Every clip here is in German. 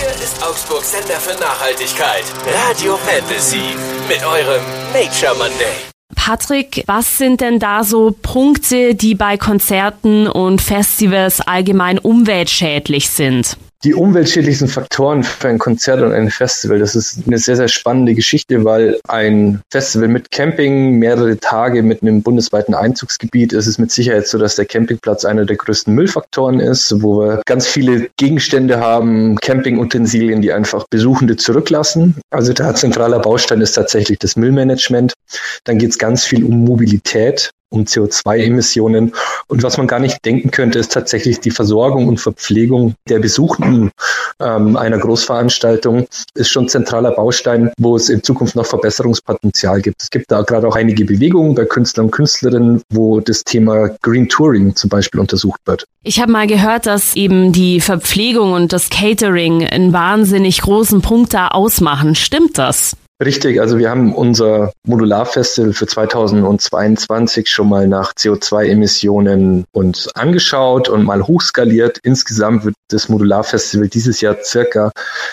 Hier ist Augsburgs Sender für Nachhaltigkeit. Radio Fantasy mit eurem Nature Monday. Patrick, was sind denn da so Punkte, die bei Konzerten und Festivals allgemein umweltschädlich sind? Die umweltschädlichen Faktoren für ein Konzert und ein Festival, das ist eine sehr, sehr spannende Geschichte, weil ein Festival mit Camping, mehrere Tage mit einem bundesweiten Einzugsgebiet, ist es mit Sicherheit so, dass der Campingplatz einer der größten Müllfaktoren ist, wo wir ganz viele Gegenstände haben, Campingutensilien, die einfach Besuchende zurücklassen. Also der zentraler Baustein ist tatsächlich das Müllmanagement. Dann geht es ganz viel um Mobilität, um CO2-Emissionen. Und was man gar nicht denken könnte, ist tatsächlich die Versorgung und Verpflegung der Besuchenden einer Großveranstaltung ist schon zentraler Baustein, wo es in Zukunft noch Verbesserungspotenzial gibt. Es gibt da gerade auch einige Bewegungen bei Künstlern und Künstlerinnen, wo das Thema Green Touring zum Beispiel untersucht wird. Ich habe mal gehört, dass eben die Verpflegung und das Catering einen wahnsinnig großen Punkt da ausmachen. Stimmt das? Richtig, also wir haben unser Modularfestival für 2022 schon mal nach CO2-Emissionen uns angeschaut und mal hochskaliert. Insgesamt wird das Modularfestival dieses Jahr circa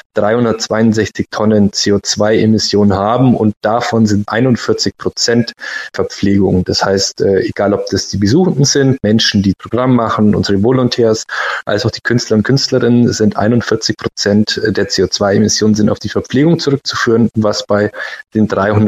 362 Tonnen CO2-Emissionen haben und davon sind 41% Verpflegung. Das heißt, egal ob das die Besuchenden sind, Menschen, die Programm machen, unsere Volontärs, als auch die Künstler und Künstlerinnen, sind 41% der CO2-Emissionen sind auf die Verpflegung zurückzuführen, was bei den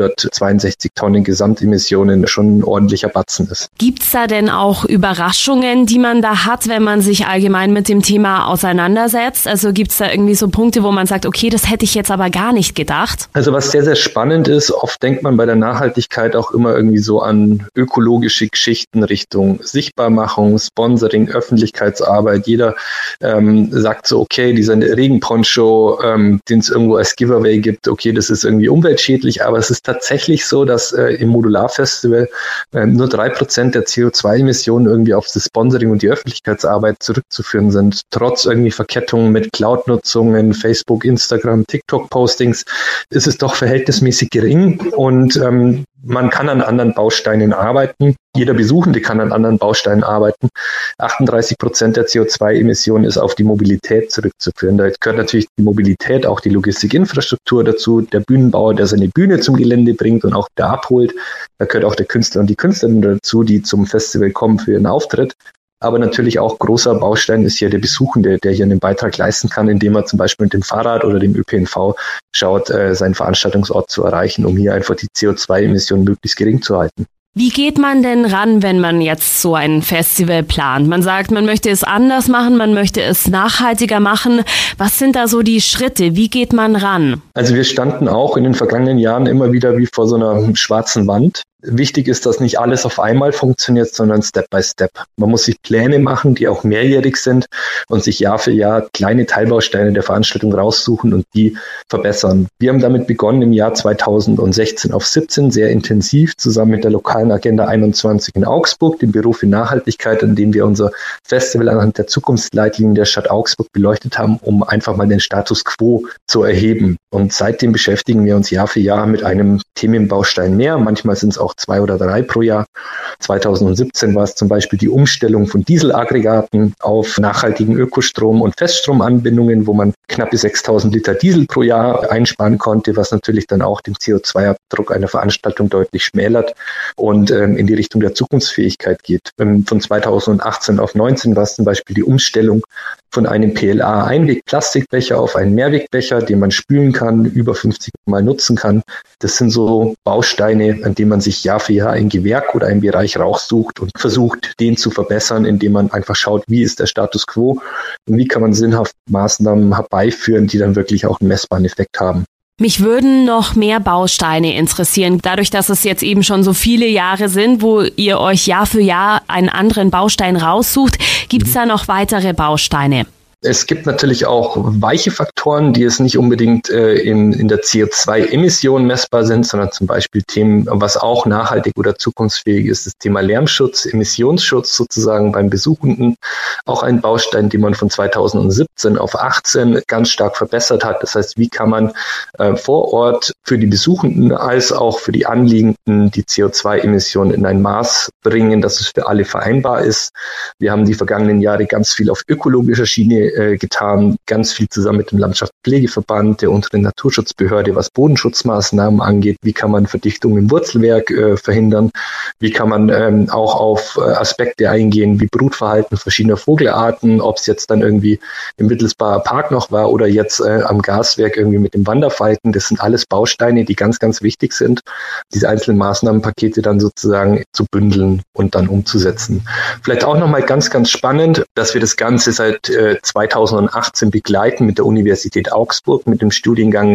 362 Tonnen Gesamtemissionen schon ein ordentlicher Batzen ist. Gibt's da denn auch Überraschungen, die man da hat, wenn man sich allgemein mit dem Thema auseinandersetzt? Also gibt's da irgendwie so Punkte, wo man sagt, okay, das hätte ich jetzt aber gar nicht gedacht? Also was sehr, sehr spannend ist, oft denkt man bei der Nachhaltigkeit auch immer irgendwie so an ökologische Geschichten Richtung Sichtbarmachung, Sponsoring, Öffentlichkeitsarbeit. Jeder sagt so, okay, dieser Regenponcho, den es irgendwo als Giveaway gibt, okay, das ist irgendwie umweltschädlich, aber es ist tatsächlich so, dass im Modularfestival nur 3% der CO2-Emissionen irgendwie auf das Sponsoring und die Öffentlichkeitsarbeit zurückzuführen sind. Trotz irgendwie Verkettungen mit Cloud-Nutzungen, Facebook, Instagram, TikTok-Postings ist es doch verhältnismäßig gering und man kann an anderen Bausteinen arbeiten. Jeder Besuchende kann an anderen Bausteinen arbeiten. 38% der CO2-Emissionen ist auf die Mobilität zurückzuführen. Da gehört natürlich die Mobilität, auch die Logistikinfrastruktur dazu, der Bühnenbauer, der seine Bühne zum Gelände bringt und auch wieder abholt. Da gehört auch der Künstler und die Künstlerin dazu, die zum Festival kommen für ihren Auftritt. Aber natürlich auch großer Baustein ist hier der Besuchende, der hier einen Beitrag leisten kann, indem er zum Beispiel mit dem Fahrrad oder dem ÖPNV schaut, seinen Veranstaltungsort zu erreichen, um hier einfach die CO2-Emissionen möglichst gering zu halten. Wie geht man denn ran, wenn man jetzt so ein Festival plant? Man sagt, man möchte es anders machen, man möchte es nachhaltiger machen. Was sind da so die Schritte? Wie geht man ran? Also wir standen auch in den vergangenen Jahren immer wieder wie vor so einer schwarzen Wand. Wichtig ist, dass nicht alles auf einmal funktioniert, sondern Step by Step. Man muss sich Pläne machen, die auch mehrjährig sind und sich Jahr für Jahr kleine Teilbausteine der Veranstaltung raussuchen und die verbessern. Wir haben damit begonnen im Jahr 2016 auf 17 sehr intensiv zusammen mit der lokalen Agenda 21 in Augsburg, dem Büro für Nachhaltigkeit, in dem wir unser Festival anhand der Zukunftsleitlinien der Stadt Augsburg beleuchtet haben, um einfach mal den Status quo zu erheben. Und seitdem beschäftigen wir uns Jahr für Jahr mit einem Themenbaustein mehr. Manchmal sind es auch 2 oder 3 pro Jahr. 2017 war es zum Beispiel die Umstellung von Dieselaggregaten auf nachhaltigen Ökostrom- und Feststromanbindungen, wo man knappe 6.000 Liter Diesel pro Jahr einsparen konnte, was natürlich dann auch den CO2-Abdruck einer Veranstaltung deutlich schmälert und in die Richtung der Zukunftsfähigkeit geht. Von 2018 auf 2019 war es zum Beispiel die Umstellung von einem PLA-Einweg-Plastikbecher auf einen Mehrwegbecher, den man spülen kann, über 50 Mal nutzen kann. Das sind so Bausteine, an denen man sich Jahr für Jahr ein Gewerk oder einen Bereich raussucht und versucht, den zu verbessern, indem man einfach schaut, wie ist der Status quo und wie kann man sinnhaft Maßnahmen herbeiführen, die dann wirklich auch einen messbaren Effekt haben. Mich würden noch mehr Bausteine interessieren. Dadurch, dass es jetzt eben schon so viele Jahre sind, wo ihr euch Jahr für Jahr einen anderen Baustein raussucht, gibt es da noch weitere Bausteine? Es gibt natürlich auch weiche Faktoren, die es nicht unbedingt in der CO2-Emission messbar sind, sondern zum Beispiel Themen, was auch nachhaltig oder zukunftsfähig ist, das Thema Lärmschutz, Emissionsschutz sozusagen beim Besuchenden. Auch ein Baustein, den man von 2017 auf 2018 ganz stark verbessert hat. Das heißt, wie kann man vor Ort für die Besuchenden als auch für die Anliegenden die CO2-Emissionen in ein Maß bringen, dass es für alle vereinbar ist. Wir haben die vergangenen Jahre ganz viel auf ökologischer Schiene getan, ganz viel zusammen mit dem Landschaftspflegeverband, der unteren Naturschutzbehörde, was Bodenschutzmaßnahmen angeht. Wie kann man Verdichtung im Wurzelwerk verhindern? Wie kann man auch auf Aspekte eingehen, wie Brutverhalten verschiedener Vogelarten, ob es jetzt dann irgendwie im Wittelsbacher Park noch war oder jetzt am Gaswerk irgendwie mit dem Wanderfalken. Das sind alles Bausteine, die ganz, ganz wichtig sind, diese einzelnen Maßnahmenpakete dann sozusagen zu bündeln und dann umzusetzen. Vielleicht auch nochmal ganz, ganz spannend, dass wir das Ganze seit 2018 begleiten mit der Universität Augsburg, mit dem Studiengang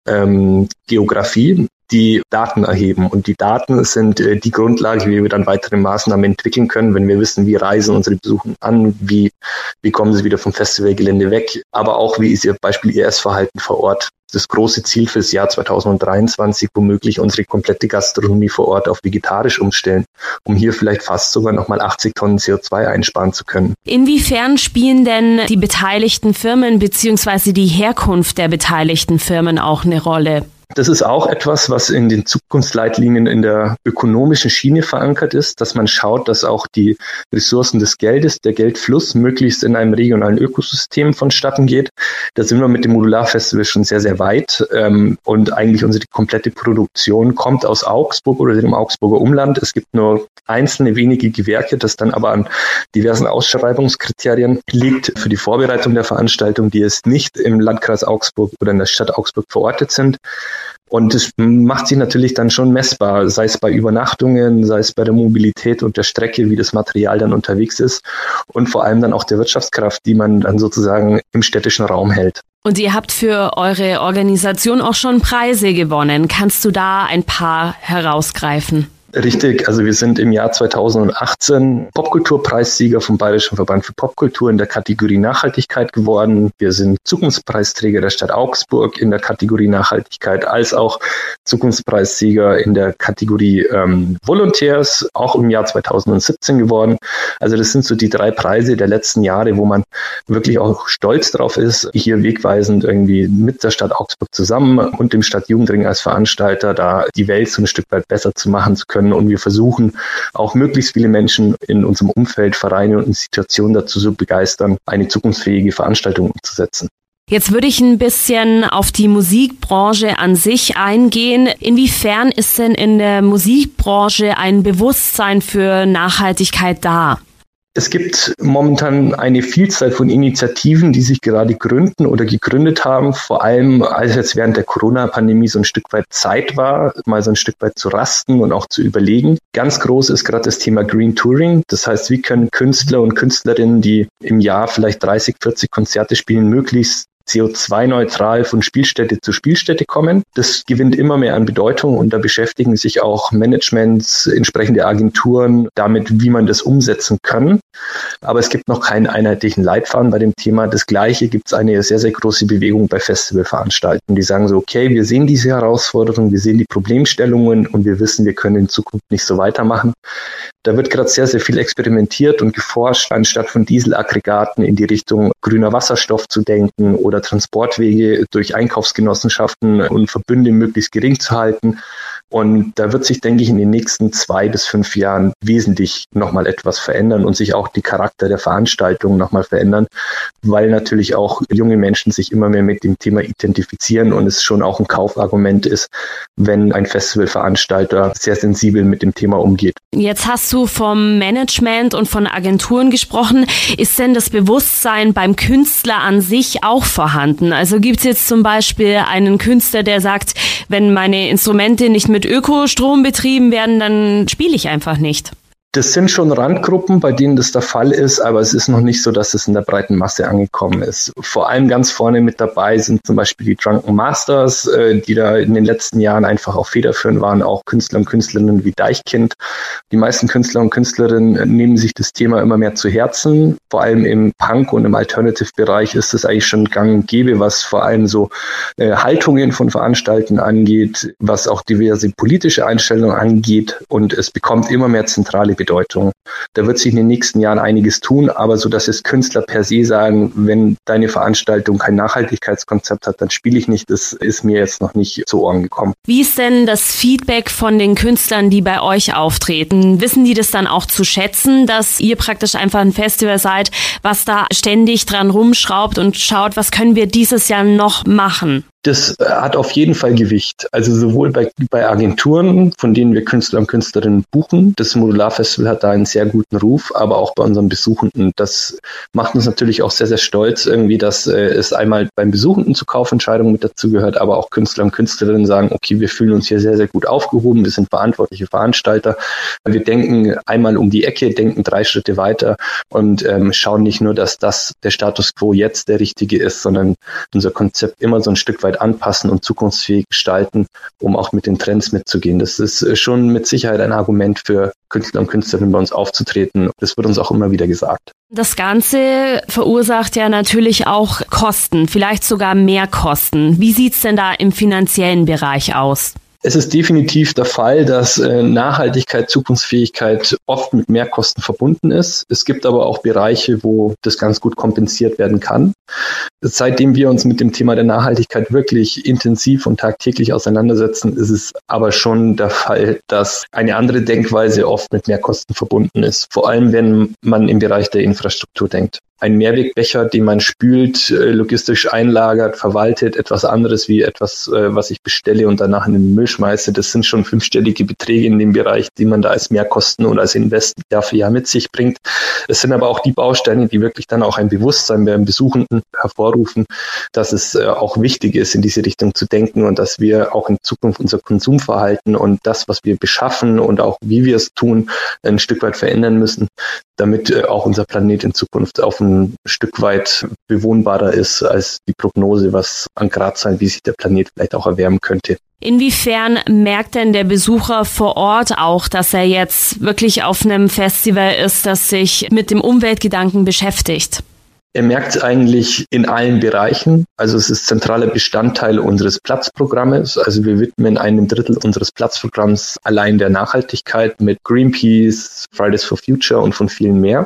Geografie, die Daten erheben. Und die Daten sind die Grundlage, wie wir dann weitere Maßnahmen entwickeln können, wenn wir wissen, wie reisen unsere Besucher an, wie kommen sie wieder vom Festivalgelände weg, aber auch, wie ist ihr Essverhalten vor Ort. Das große Ziel fürs Jahr 2023, womöglich unsere komplette Gastronomie vor Ort auf vegetarisch umstellen, um hier vielleicht fast sogar nochmal 80 Tonnen CO2 einsparen zu können. Inwiefern spielen denn die beteiligten Firmen bzw. die Herkunft der beteiligten Firmen auch eine Rolle? Das ist auch etwas, was in den Zukunftsleitlinien in der ökonomischen Schiene verankert ist, dass man schaut, dass auch die Ressourcen des Geldes, der Geldfluss möglichst in einem regionalen Ökosystem vonstatten geht. Da sind wir mit dem Modularfestival schon sehr, sehr weit. Und eigentlich unsere komplette Produktion kommt aus Augsburg oder dem Augsburger Umland. Es gibt nur einzelne wenige Gewerke, das dann aber an diversen Ausschreibungskriterien liegt für die Vorbereitung der Veranstaltung, die es nicht im Landkreis Augsburg oder in der Stadt Augsburg verortet sind. Und das macht sich natürlich dann schon messbar, sei es bei Übernachtungen, sei es bei der Mobilität und der Strecke, wie das Material dann unterwegs ist und vor allem dann auch der Wirtschaftskraft, die man dann sozusagen im städtischen Raum hält. Und ihr habt für eure Organisation auch schon Preise gewonnen. Kannst du da ein paar herausgreifen? Richtig, also wir sind im Jahr 2018 Popkulturpreissieger vom Bayerischen Verband für Popkultur in der Kategorie Nachhaltigkeit geworden. Wir sind Zukunftspreisträger der Stadt Augsburg in der Kategorie Nachhaltigkeit, als auch Zukunftspreissieger in der Kategorie Volunteers, auch im Jahr 2017 geworden. Also das sind so die 3 Preise der letzten Jahre, wo man wirklich auch stolz drauf ist, hier wegweisend irgendwie mit der Stadt Augsburg zusammen und dem Stadtjugendring als Veranstalter da die Welt so ein Stück weit besser zu machen zu können. Und wir versuchen auch möglichst viele Menschen in unserem Umfeld, Vereine und Institutionen dazu zu begeistern, eine zukunftsfähige Veranstaltung umzusetzen. Jetzt würde ich ein bisschen auf die Musikbranche an sich eingehen. Inwiefern ist denn in der Musikbranche ein Bewusstsein für Nachhaltigkeit da? Es gibt momentan eine Vielzahl von Initiativen, die sich gerade gründen oder gegründet haben, vor allem als jetzt während der Corona-Pandemie so ein Stück weit Zeit war, mal so ein Stück weit zu rasten und auch zu überlegen. Ganz groß ist gerade das Thema Green Touring. Das heißt, wie können Künstler und Künstlerinnen, die im Jahr vielleicht 30, 40 Konzerte spielen, möglichst CO2-neutral von Spielstätte zu Spielstätte kommen. Das gewinnt immer mehr an Bedeutung und da beschäftigen sich auch Managements, entsprechende Agenturen damit, wie man das umsetzen kann. Aber es gibt noch keinen einheitlichen Leitfaden bei dem Thema. Das Gleiche gibt es eine sehr, sehr große Bewegung bei Festivalveranstaltungen. Die sagen so, okay, wir sehen diese Herausforderungen, wir sehen die Problemstellungen und wir wissen, wir können in Zukunft nicht so weitermachen. Da wird gerade sehr, sehr viel experimentiert und geforscht, anstatt von Dieselaggregaten in die Richtung grüner Wasserstoff zu denken oder Transportwege durch Einkaufsgenossenschaften und Verbünde möglichst gering zu halten. Und da wird sich, denke ich, in den nächsten 2 bis 5 Jahren wesentlich nochmal etwas verändern und sich auch die Charakter der Veranstaltungen nochmal verändern, weil natürlich auch junge Menschen sich immer mehr mit dem Thema identifizieren und es schon auch ein Kaufargument ist, wenn ein Festivalveranstalter sehr sensibel mit dem Thema umgeht. Jetzt hast du vom Management und von Agenturen gesprochen. Ist denn das Bewusstsein beim Künstler an sich auch vorhanden? Also gibt es jetzt zum Beispiel einen Künstler, der sagt, wenn meine Instrumente nicht mit Ökostrom betrieben werden, dann spiele ich einfach nicht? Das sind schon Randgruppen, bei denen das der Fall ist, aber es ist noch nicht so, dass es in der breiten Masse angekommen ist. Vor allem ganz vorne mit dabei sind zum Beispiel die Drunken Masters, die da in den letzten Jahren einfach auch federführend waren, auch Künstler und Künstlerinnen wie Deichkind. Die meisten Künstler und Künstlerinnen nehmen sich das Thema immer mehr zu Herzen. Vor allem im Punk- und im Alternative-Bereich ist es eigentlich schon gang und gäbe, was vor allem so Haltungen von Veranstaltern angeht, was auch diverse politische Einstellungen angeht. Und es bekommt immer mehr zentrale Bedeutung. Da wird sich in den nächsten Jahren einiges tun, aber so, dass es Künstler per se sagen, wenn deine Veranstaltung kein Nachhaltigkeitskonzept hat, dann spiele ich nicht, das ist mir jetzt noch nicht zu Ohren gekommen. Wie ist denn das Feedback von den Künstlern, die bei euch auftreten? Wissen die das dann auch zu schätzen, dass ihr praktisch einfach ein Festival seid, was da ständig dran rumschraubt und schaut, was können wir dieses Jahr noch machen? Das hat auf jeden Fall Gewicht. Also sowohl bei Agenturen, von denen wir Künstler und Künstlerinnen buchen. Das Modularfestival hat da einen sehr guten Ruf, aber auch bei unseren Besuchenden. Das macht uns natürlich auch sehr, sehr stolz irgendwie, dass es einmal beim Besuchenden zu Kaufentscheidungen mit dazugehört, aber auch Künstler und Künstlerinnen sagen, okay, wir fühlen uns hier sehr, sehr gut aufgehoben. Wir sind verantwortliche Veranstalter. Wir denken einmal um die Ecke, denken 3 Schritte weiter und schauen nicht nur, dass das der Status quo jetzt der richtige ist, sondern unser Konzept immer so ein Stück weit anpassen und zukunftsfähig gestalten, um auch mit den Trends mitzugehen. Das ist schon mit Sicherheit ein Argument für Künstler und Künstlerinnen bei uns aufzutreten. Das wird uns auch immer wieder gesagt. Das Ganze verursacht ja natürlich auch Kosten, vielleicht sogar mehr Kosten. Wie sieht's denn da im finanziellen Bereich aus? Es ist definitiv der Fall, dass Nachhaltigkeit, Zukunftsfähigkeit oft mit Mehrkosten verbunden ist. Es gibt aber auch Bereiche, wo das ganz gut kompensiert werden kann. Seitdem wir uns mit dem Thema der Nachhaltigkeit wirklich intensiv und tagtäglich auseinandersetzen, ist es aber schon der Fall, dass eine andere Denkweise oft mit Mehrkosten verbunden ist. Vor allem, wenn man im Bereich der Infrastruktur denkt. Ein Mehrwegbecher, den man spült, logistisch einlagert, verwaltet, etwas anderes wie etwas, was ich bestelle und danach in den Müll schmeiße. Das sind schon 5-stellige Beträge in dem Bereich, die man da als Mehrkosten oder als Invest Jahr für Jahr mit sich bringt. Es sind aber auch die Bausteine, die wirklich dann auch ein Bewusstsein beim Besuchenden hervorrufen, dass es auch wichtig ist, in diese Richtung zu denken und dass wir auch in Zukunft unser Konsumverhalten und das, was wir beschaffen und auch wie wir es tun, ein Stück weit verändern müssen, damit auch unser Planet in Zukunft auf ein Stück weit bewohnbarer ist als die Prognose, was an Gradzahlen, wie sich der Planet vielleicht auch erwärmen könnte. Inwiefern merkt denn der Besucher vor Ort auch, dass er jetzt wirklich auf einem Festival ist, das sich mit dem Umweltgedanken beschäftigt? Er merkt es eigentlich in allen Bereichen. Also es ist zentraler Bestandteil unseres Platzprogrammes. Also wir widmen 1/3 unseres Platzprogramms allein der Nachhaltigkeit mit Greenpeace, Fridays for Future und von vielen mehr.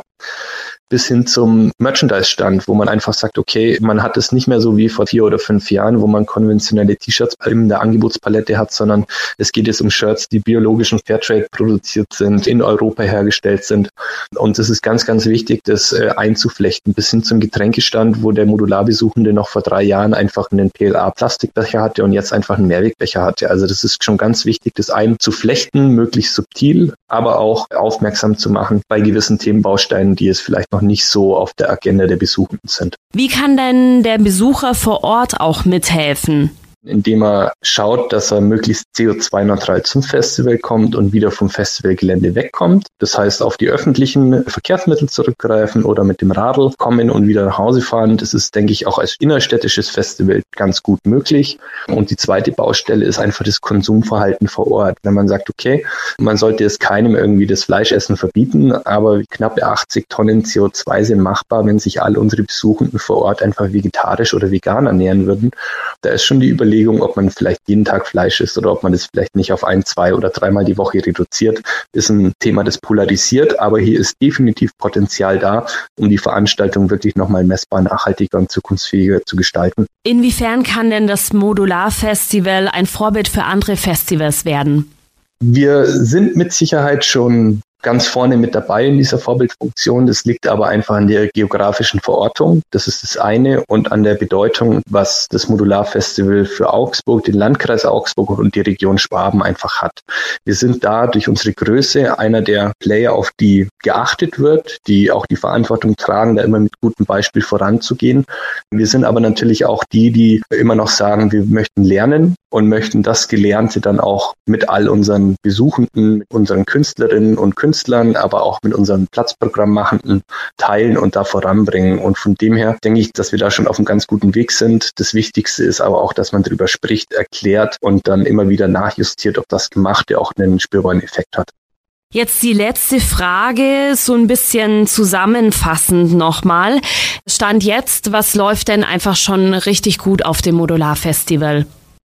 Bis hin zum Merchandise-Stand, wo man einfach sagt, okay, man hat es nicht mehr so wie vor 4 oder 5 Jahren, wo man konventionelle T-Shirts in der Angebotspalette hat, sondern es geht jetzt um Shirts, die biologisch und Fairtrade produziert sind, in Europa hergestellt sind. Und es ist ganz, ganz wichtig, das einzuflechten, bis hin zum Getränkestand, wo der Modularbesuchende noch vor 3 Jahren einfach einen PLA-Plastikbecher hatte und jetzt einfach einen Mehrwegbecher hatte. Also das ist schon ganz wichtig, das einzuflechten, möglichst subtil, aber auch aufmerksam zu machen bei gewissen Themenbausteinen, die es vielleicht noch nicht so auf der Agenda der Besuchenden sind. Wie kann denn der Besucher vor Ort auch mithelfen? Indem er schaut, dass er möglichst CO2-neutral zum Festival kommt und wieder vom Festivalgelände wegkommt. Das heißt, auf die öffentlichen Verkehrsmittel zurückgreifen oder mit dem Radl kommen und wieder nach Hause fahren. Das ist, denke ich, auch als innerstädtisches Festival ganz gut möglich. Und die zweite Baustelle ist einfach das Konsumverhalten vor Ort. Wenn man sagt, okay, man sollte es keinem irgendwie das Fleischessen verbieten, aber knappe 80 Tonnen CO2 sind machbar, wenn sich alle unsere Besuchenden vor Ort einfach vegetarisch oder vegan ernähren würden. Da ist schon die Überlegung, ob man vielleicht jeden Tag Fleisch isst oder ob man das vielleicht nicht auf 1, 2 oder 3-mal die Woche reduziert, ist ein Thema, das polarisiert, aber hier ist definitiv Potenzial da, um die Veranstaltung wirklich nochmal messbar, nachhaltiger und zukunftsfähiger zu gestalten. Inwiefern kann denn das Modularfestival ein Vorbild für andere Festivals werden? Wir sind mit Sicherheit schon ganz vorne mit dabei in dieser Vorbildfunktion. Das liegt aber einfach an der geografischen Verortung. Das ist das eine und an der Bedeutung, was das Modularfestival für Augsburg, den Landkreis Augsburg und die Region Schwaben einfach hat. Wir sind da durch unsere Größe einer der Player, auf die geachtet wird, die auch die Verantwortung tragen, da immer mit gutem Beispiel voranzugehen. Wir sind aber natürlich auch die immer noch sagen, wir möchten lernen und möchten das Gelernte dann auch mit all unseren Besuchenden, mit unseren Künstlerinnen und Künstlern, aber auch mit unseren Platzprogrammmachenden teilen und da voranbringen. Und von dem her denke ich, dass wir da schon auf einem ganz guten Weg sind. Das Wichtigste ist aber auch, dass man darüber spricht, erklärt und dann immer wieder nachjustiert, ob das Gemachte auch einen spürbaren Effekt hat. Jetzt die letzte Frage, so ein bisschen zusammenfassend nochmal. Stand jetzt, was läuft denn einfach schon richtig gut auf dem Modularfestival?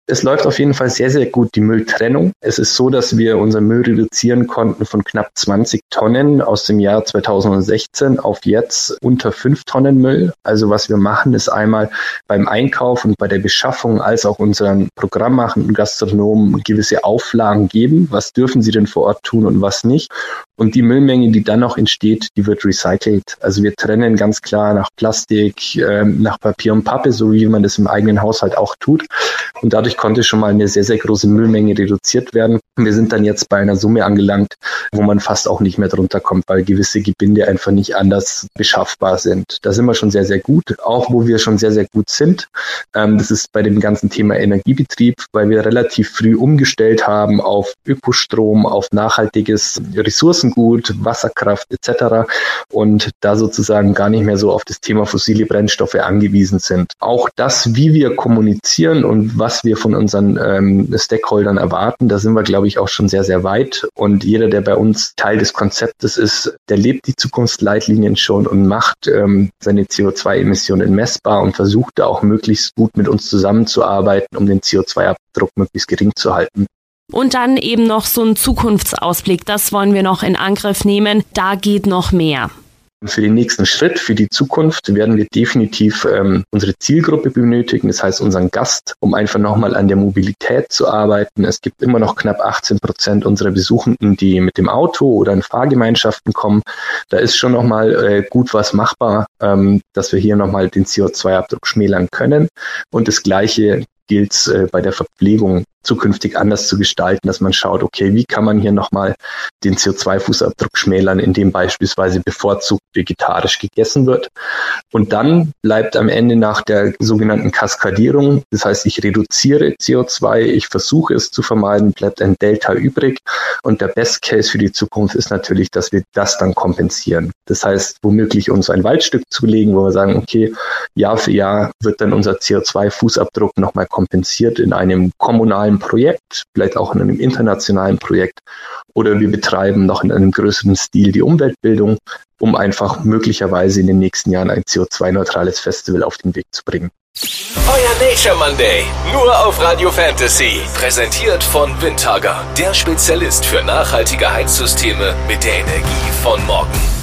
Es läuft auf jeden Fall sehr, sehr gut die Mülltrennung. Es ist so, dass wir unseren Müll reduzieren konnten von knapp 20 Tonnen aus dem Jahr 2016 auf jetzt unter 5 Tonnen Müll. Also was wir machen, ist einmal beim Einkauf und bei der Beschaffung als auch unseren Programmmachenden Gastronomen gewisse Auflagen geben. Was dürfen sie denn vor Ort tun und was nicht? Und die Müllmenge, die dann noch entsteht, die wird recycelt. Also wir trennen ganz klar nach Plastik, nach Papier und Pappe, so wie man das im eigenen Haushalt auch tut. Und dadurch konnte schon mal eine sehr, sehr große Müllmenge reduziert werden. Wir sind dann jetzt bei einer Summe angelangt, wo man fast auch nicht mehr drunter kommt, weil gewisse Gebinde einfach nicht anders beschaffbar sind. Da sind wir schon sehr, sehr gut. Auch wo wir schon sehr, sehr gut sind, das ist bei dem ganzen Thema Energiebetrieb, weil wir relativ früh umgestellt haben auf Ökostrom, auf nachhaltiges Ressourcengut, Wasserkraft etc. und da sozusagen gar nicht mehr so auf das Thema fossile Brennstoffe angewiesen sind. Auch das, wie wir kommunizieren und was wir von unseren Stakeholdern erwarten, da sind wir, glaube ich, auch schon sehr, sehr weit. Und jeder, der bei uns Teil des Konzeptes ist, der lebt die Zukunftsleitlinien schon und macht seine CO2-Emissionen messbar und versucht da auch möglichst gut mit uns zusammenzuarbeiten, um den CO2-Abdruck möglichst gering zu halten. Und dann eben noch so ein Zukunftsausblick, das wollen wir noch in Angriff nehmen. Da geht noch mehr. Für den nächsten Schritt, für die Zukunft, werden wir definitiv unsere Zielgruppe benötigen, das heißt unseren Gast, um einfach nochmal an der Mobilität zu arbeiten. Es gibt immer noch knapp 18% unserer Besuchenden, die mit dem Auto oder in Fahrgemeinschaften kommen. Da ist schon nochmal gut was machbar, dass wir hier nochmal den CO2-Abdruck schmälern können. Und das Gleiche gilt bei der Verpflegung zukünftig anders zu gestalten, dass man schaut, okay, wie kann man hier nochmal den CO2-Fußabdruck schmälern, indem beispielsweise bevorzugt vegetarisch gegessen wird. Und dann bleibt am Ende nach der sogenannten Kaskadierung, das heißt, ich reduziere CO2, ich versuche es zu vermeiden, bleibt ein Delta übrig. Und der Best Case für die Zukunft ist natürlich, dass wir das dann kompensieren. Das heißt, womöglich uns ein Waldstück zulegen, wo wir sagen, okay, Jahr für Jahr wird dann unser CO2-Fußabdruck nochmal kompensiert in einem kommunalen Projekt, vielleicht auch in einem internationalen Projekt, oder wir betreiben noch in einem größeren Stil die Umweltbildung, um einfach möglicherweise in den nächsten Jahren ein CO2-neutrales Festival auf den Weg zu bringen. Euer Nature Monday, nur auf Radio Fantasy. Präsentiert von Windhager, der Spezialist für nachhaltige Heizsysteme mit der Energie von morgen.